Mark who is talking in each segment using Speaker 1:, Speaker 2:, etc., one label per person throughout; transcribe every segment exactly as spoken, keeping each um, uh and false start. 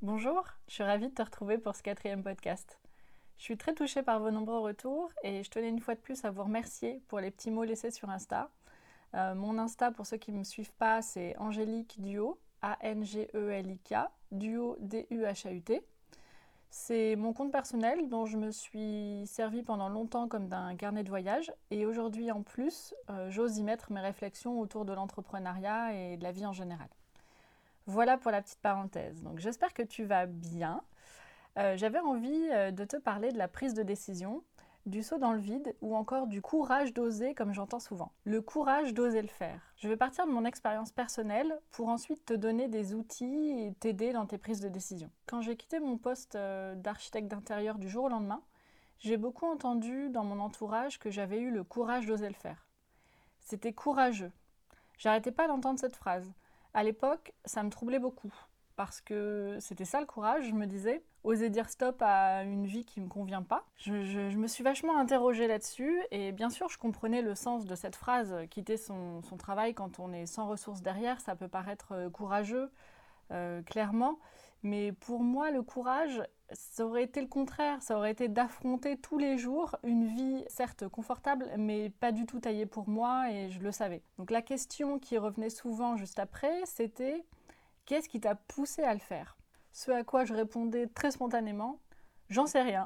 Speaker 1: Bonjour, je suis ravie de te retrouver pour ce quatrième podcast. Je suis très touchée par vos nombreux retours et je tenais une fois de plus à vous remercier pour les petits mots laissés sur Insta. Euh, mon Insta, pour ceux qui ne me suivent pas, c'est Angélique Duhaut, A N G E L I K, Duhaut, D U H A U T. C'est mon compte personnel dont je me suis servi pendant longtemps comme d'un carnet de voyage et aujourd'hui en plus, euh, j'ose y mettre mes réflexions autour de l'entrepreneuriat et de la vie en général. Voilà pour la petite parenthèse. Donc j'espère que tu vas bien. Euh, j'avais envie euh, de te parler de la prise de décision, du saut dans le vide ou encore du courage d'oser comme j'entends souvent. Le courage d'oser le faire. Je vais partir de mon expérience personnelle pour ensuite te donner des outils et t'aider dans tes prises de décision. Quand j'ai quitté mon poste euh, d'architecte d'intérieur du jour au lendemain, j'ai beaucoup entendu dans mon entourage que j'avais eu le courage d'oser le faire. C'était courageux. J'arrêtais pas d'entendre cette phrase. À l'époque, ça me troublait beaucoup, parce que c'était ça le courage, je me disais, oser dire stop à une vie qui me convient pas. Je, je, je me suis vachement interrogée là-dessus, et bien sûr, je comprenais le sens de cette phrase. Quitter son, son travail quand on est sans ressources derrière, ça peut paraître courageux, euh, clairement, mais pour moi, le courage, ça aurait été le contraire, ça aurait été d'affronter tous les jours une vie certes confortable, mais pas du tout taillée pour moi et je le savais. Donc la question qui revenait souvent juste après, c'était qu'est-ce qui t'a poussé à le faire? Ce à quoi je répondais très spontanément, j'en sais rien.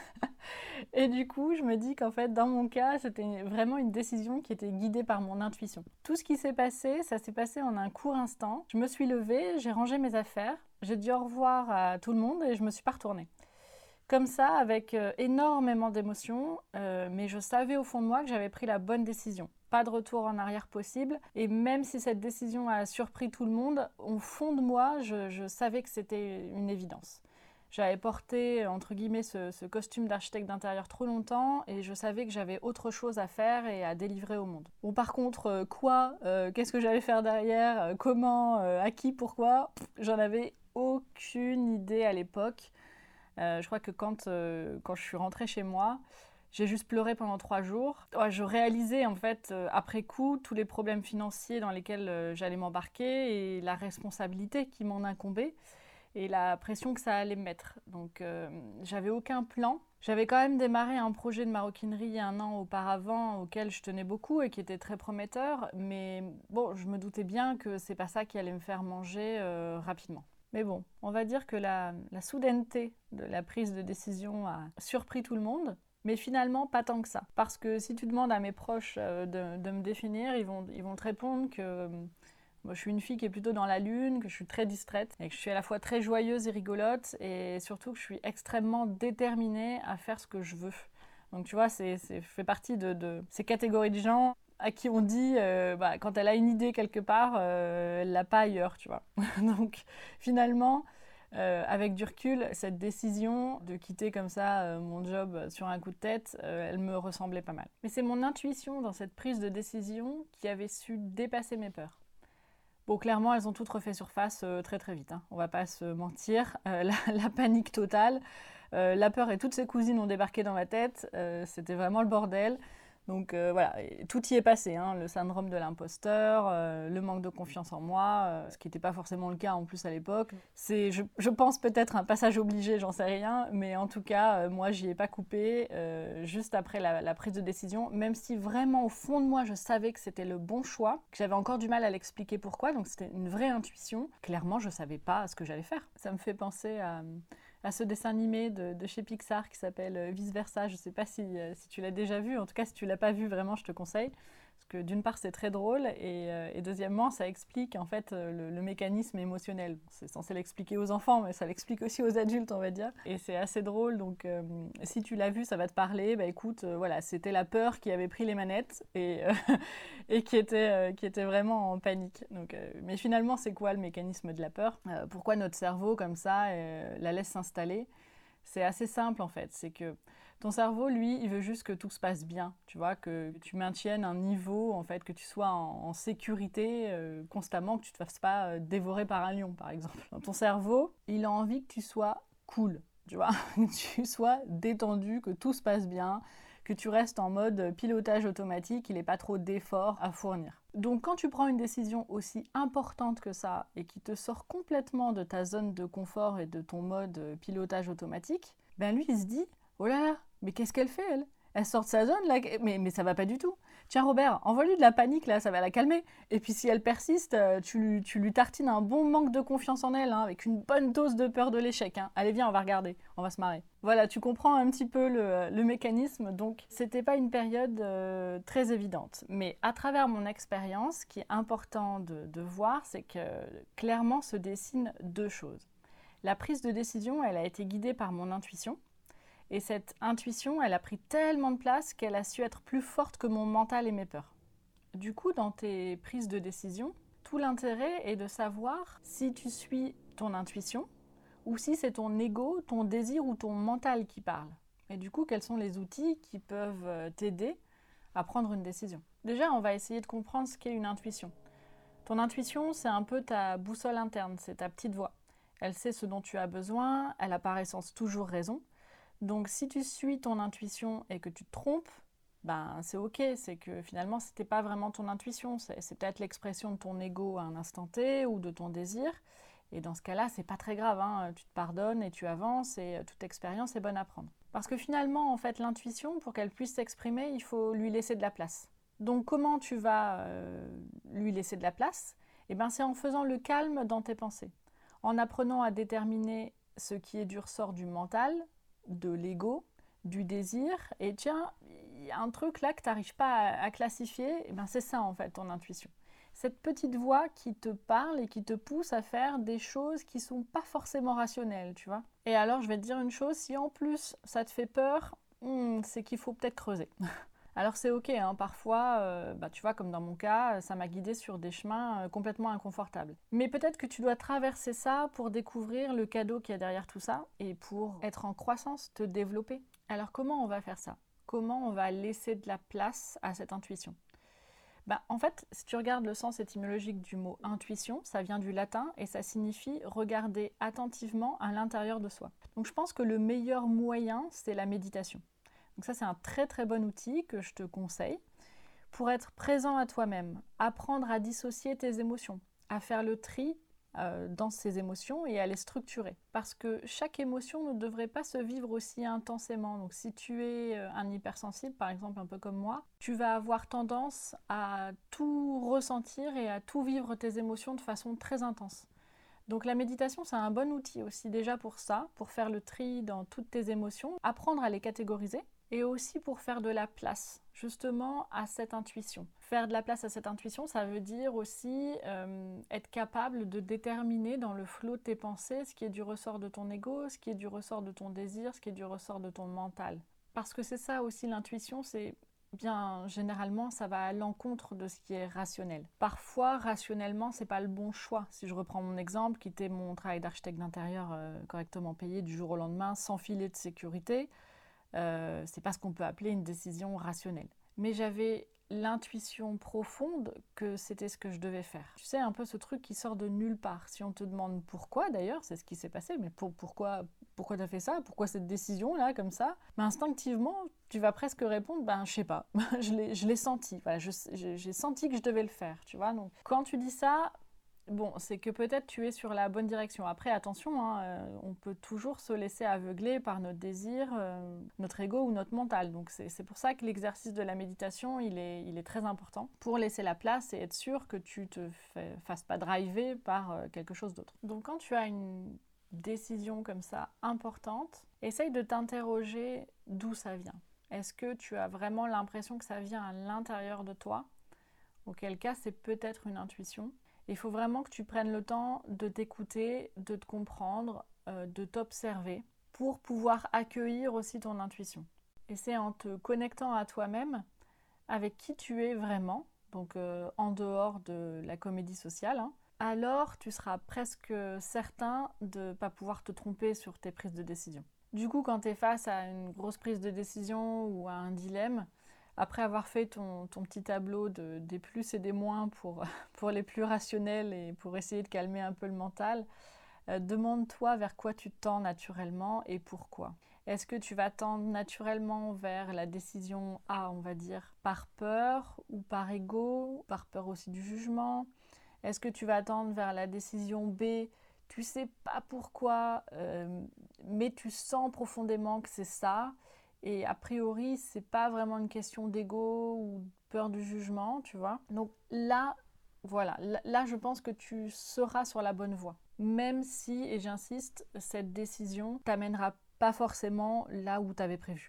Speaker 1: Et du coup, je me dis qu'en fait, dans mon cas, c'était vraiment une décision qui était guidée par mon intuition. Tout ce qui s'est passé, ça s'est passé en un court instant. Je me suis levée, j'ai rangé mes affaires, j'ai dit au revoir à tout le monde et je me suis pas retournée. Comme ça, avec euh, énormément d'émotions, euh, mais je savais au fond de moi que j'avais pris la bonne décision. Pas de retour en arrière possible, et même si cette décision a surpris tout le monde, au fond de moi, je, je savais que c'était une évidence. J'avais porté, entre guillemets, ce, ce costume d'architecte d'intérieur trop longtemps et je savais que j'avais autre chose à faire et à délivrer au monde. Bon, par contre, euh, quoi euh, Qu'est-ce que j'allais faire derrière euh, Comment euh, À qui Pourquoi Pff, J'en avais aucune idée à l'époque. Euh, je crois que quand, euh, quand je suis rentrée chez moi, j'ai juste pleuré pendant trois jours. Ouais, je réalisais en fait, euh, après coup, tous les problèmes financiers dans lesquels euh, j'allais m'embarquer et la responsabilité qui m'en incombait et la pression que ça allait me mettre. Donc euh, j'avais aucun plan. J'avais quand même démarré un projet de maroquinerie un an auparavant auquel je tenais beaucoup et qui était très prometteur, mais bon, je me doutais bien que c'est pas ça qui allait me faire manger euh, rapidement. Mais bon, on va dire que la, la soudaineté de la prise de décision a surpris tout le monde, mais finalement pas tant que ça. Parce que si tu demandes à mes proches euh, de, de me définir, ils vont, ils vont te répondre que moi, je suis une fille qui est plutôt dans la lune, que je suis très distraite et que je suis à la fois très joyeuse et rigolote et surtout que je suis extrêmement déterminée à faire ce que je veux. Donc tu vois, c'est, c'est fait partie de, de ces catégories de gens à qui on dit euh, bah, quand elle a une idée quelque part, euh, elle l'a pas ailleurs, tu vois. Donc finalement, euh, avec du recul, cette décision de quitter comme ça euh, mon job sur un coup de tête, euh, elle me ressemblait pas mal. Mais c'est mon intuition dans cette prise de décision qui avait su dépasser mes peurs. Bon, clairement, elles ont toutes refait surface euh, très très vite, hein. On va pas se mentir. Euh, la, la panique totale, euh, la peur et toutes ses cousines ont débarqué dans ma tête. Euh, c'était vraiment le bordel. Donc euh, voilà, et tout y est passé, hein. Le syndrome de l'imposteur, euh, le manque de confiance en moi, euh, ce qui n'était pas forcément le cas en plus à l'époque. C'est, je, je pense peut-être un passage obligé, j'en sais rien, mais en tout cas, euh, moi j'y ai pas coupé euh, juste après la, la prise de décision, même si vraiment au fond de moi je savais que c'était le bon choix, que j'avais encore du mal à l'expliquer pourquoi, donc c'était une vraie intuition. Clairement, je savais pas ce que j'allais faire. Ça me fait penser à à ce dessin animé de, de chez Pixar qui s'appelle Vice Versa. Je sais pas si, euh, si tu l'as déjà vu, en tout cas si tu l'as pas vu, vraiment je te conseille. Parce que d'une part c'est très drôle et, euh, et deuxièmement ça explique en fait le, le mécanisme émotionnel. C'est censé l'expliquer aux enfants mais ça l'explique aussi aux adultes on va dire. Et c'est assez drôle donc euh, si tu l'as vu ça va te parler. Bah écoute, euh, voilà, c'était la peur qui avait pris les manettes et, euh, et qui, était, euh, qui était vraiment en panique. Donc, euh, mais finalement c'est quoi le mécanisme de la peur? euh, Pourquoi notre cerveau comme ça euh, la laisse s'installer? C'est assez simple en fait, c'est que ton cerveau, lui, il veut juste que tout se passe bien, tu vois, que tu maintiennes un niveau, en fait, que tu sois en, en sécurité euh, constamment, que tu te fasses pas euh, dévorer par un lion, par exemple. Dans ton cerveau, il a envie que tu sois cool, tu vois, que tu sois détendu, que tout se passe bien, que tu restes en mode pilotage automatique, il n'est pas trop d'efforts à fournir. Donc quand tu prends une décision aussi importante que ça et qui te sort complètement de ta zone de confort et de ton mode pilotage automatique, ben lui il se dit « Oh là là, mais qu'est-ce qu'elle fait elle ? Elle sort de sa zone là, mais, mais ça va pas du tout. Tiens Robert, envoie-lui de la panique là, ça va la calmer. Et puis si elle persiste, tu, tu lui tartines un bon manque de confiance en elle, hein, avec une bonne dose de peur de l'échec. Hein. Allez viens, on va regarder, on va se marrer. » Voilà, tu comprends un petit peu le, le mécanisme. Donc c'était pas une période euh, très évidente. Mais à travers mon expérience, ce qui est important de, de voir, c'est que clairement se dessinent deux choses. La prise de décision, elle a été guidée par mon intuition. Et cette intuition, elle a pris tellement de place qu'elle a su être plus forte que mon mental et mes peurs. Du coup, dans tes prises de décision, tout l'intérêt est de savoir si tu suis ton intuition ou si c'est ton ego, ton désir ou ton mental qui parle. Et du coup, quels sont les outils qui peuvent t'aider à prendre une décision. Déjà, on va essayer de comprendre ce qu'est une intuition. Ton intuition, c'est un peu ta boussole interne, c'est ta petite voix. Elle sait ce dont tu as besoin, elle a par essence toujours raison. Donc si tu suis ton intuition et que tu te trompes, ben c'est ok, c'est que finalement c'était pas vraiment ton intuition, c'est, c'est peut-être l'expression de ton ego à un instant T ou de ton désir. Et dans ce cas-là, c'est pas très grave, hein. Tu te pardonnes et tu avances et toute expérience est bonne à prendre. Parce que finalement, en fait, l'intuition, pour qu'elle puisse s'exprimer, il faut lui laisser de la place. Donc comment tu vas euh, lui laisser de la place ? Eh ben, c'est en faisant le calme dans tes pensées, en apprenant à déterminer ce qui est du ressort du mental, de l'ego, du désir. Et tiens, il y a un truc là que tu n'arrives pas à, à classifier, eh ben, c'est ça en fait ton intuition. Cette petite voix qui te parle et qui te pousse à faire des choses qui ne sont pas forcément rationnelles, tu vois. Et alors, je vais te dire une chose, si en plus ça te fait peur, hmm, c'est qu'il faut peut-être creuser. Alors c'est ok, hein, parfois, euh, bah, tu vois, comme dans mon cas, ça m'a guidée sur des chemins euh, complètement inconfortables. Mais peut-être que tu dois traverser ça pour découvrir le cadeau qu'il y a derrière tout ça et pour être en croissance, te développer. Alors comment on va faire ça ? Comment on va laisser de la place à cette intuition ? Bah, en fait, si tu regardes le sens étymologique du mot intuition, ça vient du latin et ça signifie regarder attentivement à l'intérieur de soi. Donc je pense que le meilleur moyen, c'est la méditation. Donc ça, c'est un très très bon outil que je te conseille pour être présent à toi-même, apprendre à dissocier tes émotions, à faire le tri euh, dans ces émotions et à les structurer. Parce que chaque émotion ne devrait pas se vivre aussi intensément. Donc si tu es un hypersensible, par exemple, un peu comme moi, tu vas avoir tendance à tout ressentir et à tout vivre tes émotions de façon très intense. Donc la méditation, c'est un bon outil aussi déjà pour ça, pour faire le tri dans toutes tes émotions, apprendre à les catégoriser et aussi pour faire de la place justement à cette intuition. Faire de la place à cette intuition, ça veut dire aussi euh, être capable de déterminer dans le flot de tes pensées ce qui est du ressort de ton ego, ce qui est du ressort de ton désir, ce qui est du ressort de ton mental. Parce que c'est ça aussi l'intuition, c'est bien généralement ça va à l'encontre de ce qui est rationnel. Parfois rationnellement c'est pas le bon choix. Si je reprends mon exemple, quitter mon travail d'architecte d'intérieur euh, correctement payé du jour au lendemain sans filet de sécurité, euh, c'est pas ce qu'on peut appeler une décision rationnelle. Mais j'avais l'intuition profonde que c'était ce que je devais faire. Tu sais, un peu ce truc qui sort de nulle part. Si on te demande pourquoi, d'ailleurs, c'est ce qui s'est passé, mais pour, pourquoi, pourquoi t'as fait ça ? Pourquoi cette décision-là, comme ça ? Mais instinctivement, tu vas presque répondre, ben, je sais pas, je l'ai, je l'ai senti, voilà, je, je, j'ai senti que je devais le faire, tu vois. Donc, quand tu dis ça, bon, c'est que peut-être tu es sur la bonne direction. Après, attention, hein, euh, on peut toujours se laisser aveugler par notre désir, euh, notre ego ou notre mental. Donc c'est, c'est pour ça que l'exercice de la méditation, il est, il est très important pour laisser la place et être sûr que tu te fais, fasses pas driver par euh, quelque chose d'autre. Donc quand tu as une décision comme ça importante, essaye de t'interroger d'où ça vient. Est-ce que tu as vraiment l'impression que ça vient à l'intérieur de toi ? Auquel cas, c'est peut-être une intuition. Il faut vraiment que tu prennes le temps de t'écouter, de te comprendre, euh, de t'observer pour pouvoir accueillir aussi ton intuition. Et c'est en te connectant à toi-même, avec qui tu es vraiment, donc euh, en dehors de la comédie sociale, hein, alors tu seras presque certain de ne pas pouvoir te tromper sur tes prises de décision. Du coup, quand tu es face à une grosse prise de décision ou à un dilemme, après avoir fait ton, ton petit tableau de, des plus et des moins pour, pour les plus rationnels et pour essayer de calmer un peu le mental, euh, demande-toi vers quoi tu tends naturellement et pourquoi. Est-ce que tu vas tendre naturellement vers la décision A, on va dire, par peur ou par ego, par peur aussi du jugement? Est-ce que tu vas tendre vers la décision B, tu sais pas pourquoi, euh, mais tu sens profondément que c'est ça, et a priori, c'est pas vraiment une question d'ego ou de peur du jugement, tu vois. Donc là, voilà, là, je pense que tu seras sur la bonne voie. Même si, et j'insiste, cette décision t'amènera pas forcément là où tu avais prévu.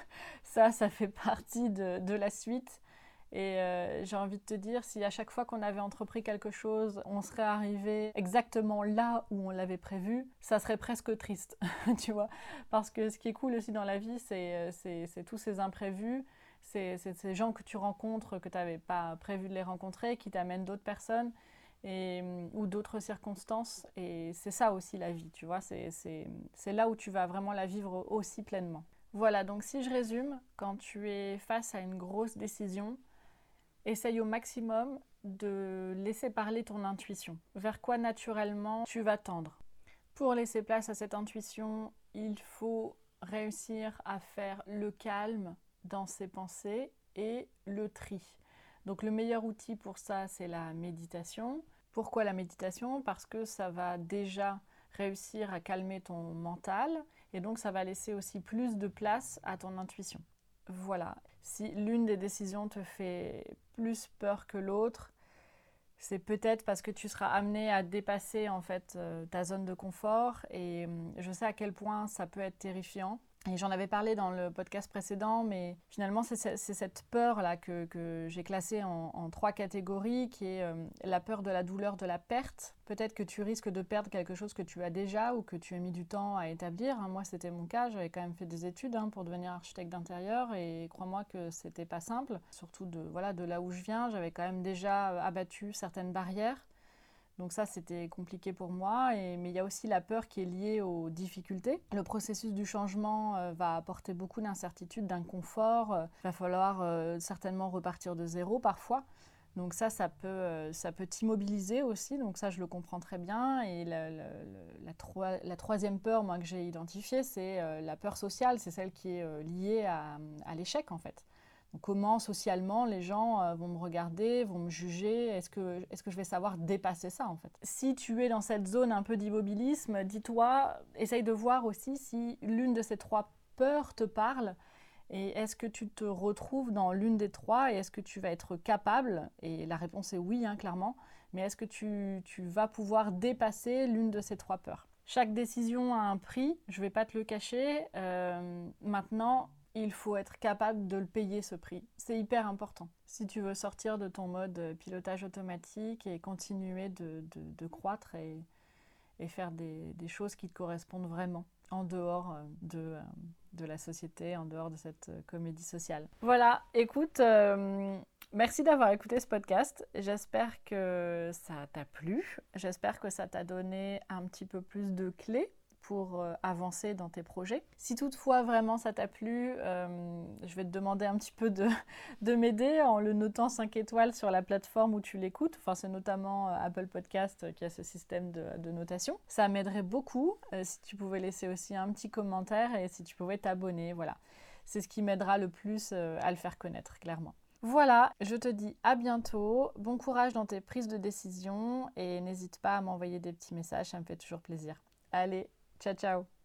Speaker 1: ça, ça fait partie de, de la suite. Et euh, j'ai envie de te dire, si à chaque fois qu'on avait entrepris quelque chose, on serait arrivé exactement là où on l'avait prévu, ça serait presque triste, tu vois. Parce que ce qui est cool aussi dans la vie, c'est, c'est, c'est tous ces imprévus, c'est, c'est ces gens que tu rencontres, que tu n'avais pas prévu de les rencontrer, qui t'amènent d'autres personnes et, ou d'autres circonstances. Et c'est ça aussi la vie, tu vois. C'est, c'est, c'est là où tu vas vraiment la vivre aussi pleinement. Voilà, donc si je résume, quand tu es face à une grosse décision, essaye au maximum de laisser parler ton intuition. Vers quoi naturellement tu vas tendre. Pour laisser place à cette intuition, il faut réussir à faire le calme dans ses pensées et le tri. Donc le meilleur outil pour ça, c'est la méditation. Pourquoi la méditation? Parce que ça va déjà réussir à calmer ton mental et donc ça va laisser aussi plus de place à ton intuition. Voilà, si l'une des décisions te fait plus peur que l'autre, c'est peut-être parce que tu seras amené à dépasser en fait euh, ta zone de confort et euh, je sais à quel point ça peut être terrifiant. Et j'en avais parlé dans le podcast précédent, mais finalement c'est, c'est cette peur-là que, que j'ai classée en, en trois catégories, qui est euh, la peur de la douleur de la perte. Peut-être que tu risques de perdre quelque chose que tu as déjà ou que tu as mis du temps à établir. Moi, c'était mon cas, j'avais quand même fait des études hein, pour devenir architecte d'intérieur et crois-moi que c'était pas simple. Surtout de, voilà, de là où je viens, j'avais quand même déjà abattu certaines barrières. Donc ça, c'était compliqué pour moi, et, mais il y a aussi la peur qui est liée aux difficultés. Le processus du changement euh, va apporter beaucoup d'incertitude, d'inconfort. Il euh, va falloir euh, certainement repartir de zéro parfois. Donc ça, ça peut, euh, ça peut t'immobiliser aussi, donc ça, je le comprends très bien. Et la, la, la, troi- la troisième peur, moi, que j'ai identifiée, c'est euh, la peur sociale, c'est celle qui est euh, liée à, à l'échec, en fait. Donc, comment socialement les gens euh, vont me regarder, vont me juger, est-ce que, est-ce que je vais savoir dépasser ça en fait? Si tu es dans cette zone un peu d'immobilisme, dis-toi, essaye de voir aussi si l'une de ces trois peurs te parle et est-ce que tu te retrouves dans l'une des trois et est-ce que tu vas être capable, et la réponse est oui hein, clairement, mais est-ce que tu, tu vas pouvoir dépasser l'une de ces trois peurs? Chaque décision a un prix, je ne vais pas te le cacher. Euh, maintenant, il faut être capable de le payer ce prix. C'est hyper important. Si tu veux sortir de ton mode pilotage automatique et continuer de, de, de croître et, et faire des, des choses qui te correspondent vraiment en dehors de, de la société, en dehors de cette comédie sociale. Voilà, écoute, euh, merci d'avoir écouté ce podcast. J'espère que ça t'a plu. J'espère que ça t'a donné un petit peu plus de clés pour euh, avancer dans tes projets. Si toutefois vraiment ça t'a plu, euh, je vais te demander un petit peu de, de m'aider en le notant cinq étoiles sur la plateforme où tu l'écoutes. Enfin, c'est notamment euh, Apple Podcast qui a ce système de, de notation. Ça m'aiderait beaucoup euh, si tu pouvais laisser aussi un petit commentaire et si tu pouvais t'abonner. Voilà, c'est ce qui m'aidera le plus euh, à le faire connaître, clairement. Voilà, je te dis à bientôt, bon courage dans tes prises de décision et n'hésite pas à m'envoyer des petits messages, ça me fait toujours plaisir. Allez, ciao ciao!